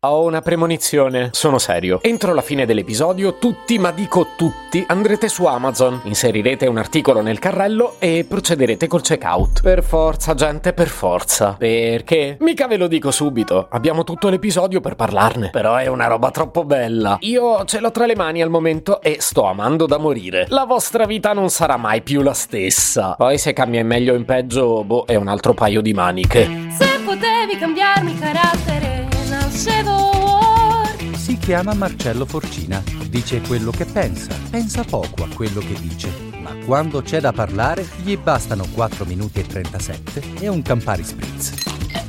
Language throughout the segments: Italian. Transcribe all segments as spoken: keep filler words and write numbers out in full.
Ho una premonizione, sono serio. Entro la fine dell'episodio, tutti, ma dico tutti, andrete su Amazon, inserirete un articolo nel carrello e procederete col checkout. Per forza, gente, per forza. Perché? Mica ve lo dico subito, abbiamo tutto l'episodio per parlarne. Però è una roba troppo bella. Io ce l'ho tra le mani al momento e sto amando da morire. La vostra vita non sarà mai più la stessa. Poi se cambia in meglio o in peggio, boh, è un altro paio di maniche. Se potevi cambiarmi carattere, nascevo Ward. Si chiama Marcello Forcina, dice quello che pensa, pensa poco a quello che dice, ma quando c'è da parlare gli bastano quattro minuti e trentasette e un Campari Spritz.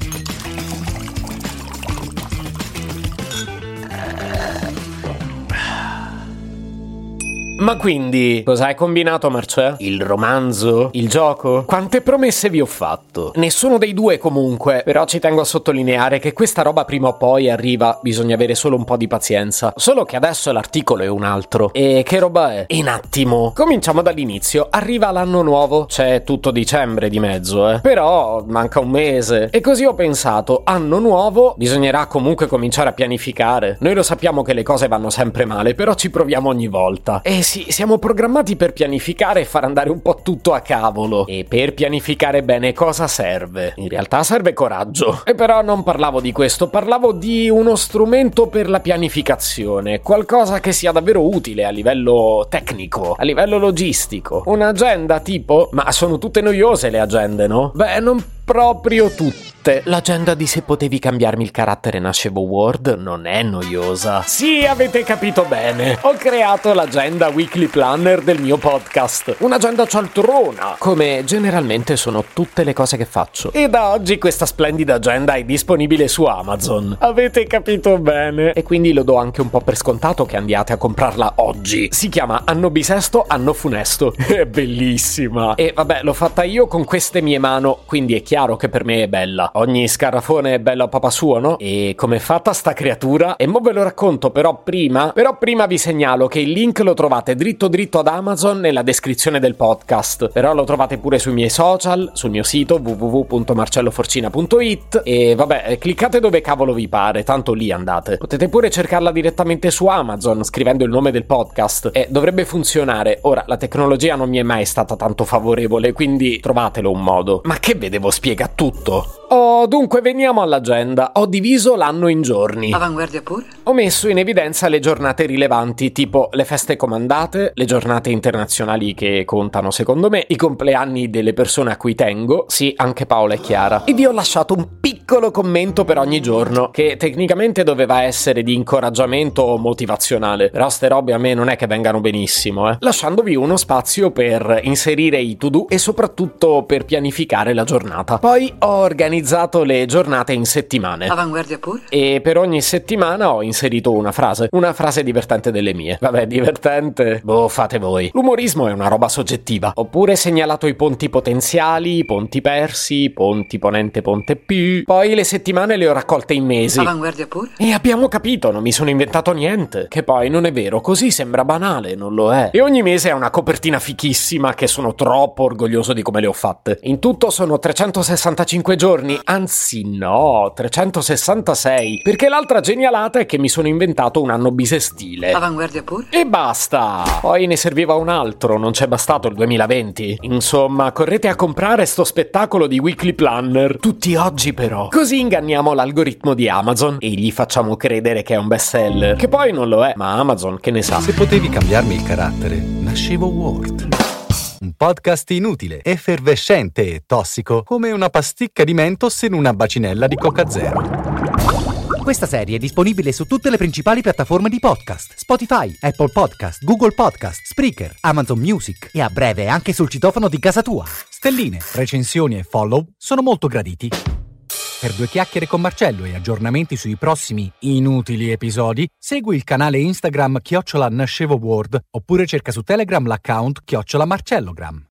Ma quindi, cosa hai combinato, Marcè? Il romanzo? Il gioco? Quante promesse vi ho fatto? Nessuno dei due comunque, però ci tengo a sottolineare che questa roba prima o poi arriva, bisogna avere solo un po' di pazienza. Solo che adesso l'articolo è un altro. E che roba è? Un attimo. Cominciamo dall'inizio, arriva l'anno nuovo, c'è tutto dicembre di mezzo, eh. Però manca un mese. E così ho pensato, anno nuovo, bisognerà comunque cominciare a pianificare. Noi lo sappiamo che le cose vanno sempre male, però ci proviamo ogni volta. E sì, siamo programmati per pianificare e far andare un po' tutto a cavolo. E per pianificare bene cosa serve? In realtà serve coraggio. E però non parlavo di questo, parlavo di uno strumento per la pianificazione, qualcosa che sia davvero utile a livello tecnico, a livello logistico. Un'agenda tipo? Ma sono tutte noiose le agende, no? Beh, non proprio tutte. L'agenda di Se potevi cambiarmi il carattere nascevo Ward non è noiosa. Sì, avete capito bene. Ho creato l'agenda Weekly Planner del mio podcast. Un'agenda cialtrona, come generalmente sono tutte le cose che faccio. E da oggi questa splendida agenda è disponibile su Amazon. Avete capito bene. E quindi lo do anche un po' per scontato che andiate a comprarla oggi. Si chiama Anno bisesto, anno funesto. È bellissima. E vabbè, l'ho fatta io con queste mie mano, quindi è chiaro che per me è bella. Ogni scarafone è bello a papà suo, no? E com'è fatta sta creatura? E mo ve lo racconto, però prima Però prima vi segnalo che il link lo trovate dritto dritto ad Amazon nella descrizione del podcast. Però lo trovate pure sui miei social, sul mio sito w w w punto marcelloforcina punto i t. E vabbè, cliccate dove cavolo vi pare, tanto lì andate. Potete pure cercarla direttamente su Amazon scrivendo il nome del podcast e dovrebbe funzionare. Ora, la tecnologia non mi è mai stata tanto favorevole, quindi trovatelo un modo. Ma che vedevo spiega tutto. Oh, dunque veniamo all'agenda. Ho diviso l'anno in giorni. Avanguardia pure? Ho messo in evidenza le giornate rilevanti, tipo le feste comandate, le giornate internazionali che contano secondo me, i compleanni delle persone a cui tengo, sì, anche Paola e Chiara. E vi ho lasciato un piccolo commento per ogni giorno, che tecnicamente doveva essere di incoraggiamento o motivazionale, però ste robe a me non è che vengano benissimo, eh. Lasciandovi uno spazio per inserire i to-do e soprattutto per pianificare la giornata. Poi ho organizzato le giornate in settimane. Avanguardia pure? E per ogni settimana ho inserito una frase, una frase divertente delle mie. Vabbè, divertente? Boh, fate voi. L'umorismo è una roba soggettiva. Oppure segnalato i ponti potenziali, i ponti persi, ponti ponente ponte P. Poi le settimane le ho raccolte in mesi. Avanguardia pure? E abbiamo capito, non mi sono inventato niente. Che poi non è vero, così sembra banale, non lo è. E ogni mese ha una copertina fichissima che sono troppo orgoglioso di come le ho fatte. In tutto sono trecentosessantacinque giorni, anzi no, trecentosessantasei, perché l'altra genialata è che mi sono inventato un anno bisestile. Avanguardia pure? E basta! Poi ne serviva un altro, non c'è bastato il duemilaventi. Insomma, correte a comprare sto spettacolo di Weekly Planner, tutti oggi però. Così inganniamo l'algoritmo di Amazon e gli facciamo credere che è un bestseller, che poi non lo è, ma Amazon che ne sa. Se potevi cambiarmi il carattere, nascevo Ward. Un podcast inutile, effervescente e tossico, come una pasticca di Mentos in una bacinella di Coca Zero. Questa serie è disponibile su tutte le principali piattaforme di podcast: Spotify, Apple Podcast, Google Podcast, Spreaker, Amazon Music e a breve anche sul citofono di casa tua. Stelline, recensioni e follow sono molto graditi. Per due chiacchiere con Marcello e aggiornamenti sui prossimi inutili episodi, segui il canale Instagram chiocciola nascevo Ward oppure cerca su Telegram l'account chiocciola Marcellogram.